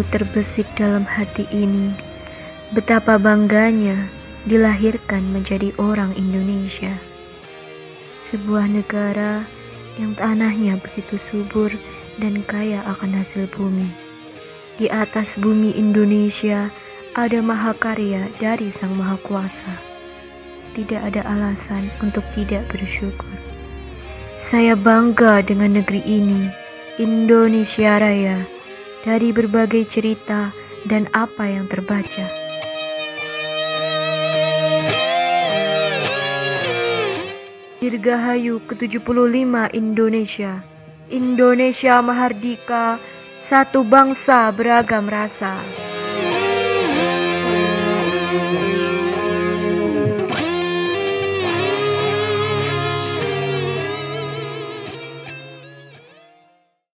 terbesit dalam hati ini. Betapa bangganya dilahirkan menjadi orang Indonesia. Sebuah negara yang tanahnya begitu subur dan kaya akan hasil bumi. Di atas bumi Indonesia ada mahakarya dari Sang Maha Kuasa. Tidak ada alasan untuk tidak bersyukur. Saya bangga dengan negeri ini, Indonesia Raya, dari berbagai cerita dan apa yang terbaca. Dirgahayu ke-75 Indonesia. Indonesia Mahardika, satu bangsa beragam rasa.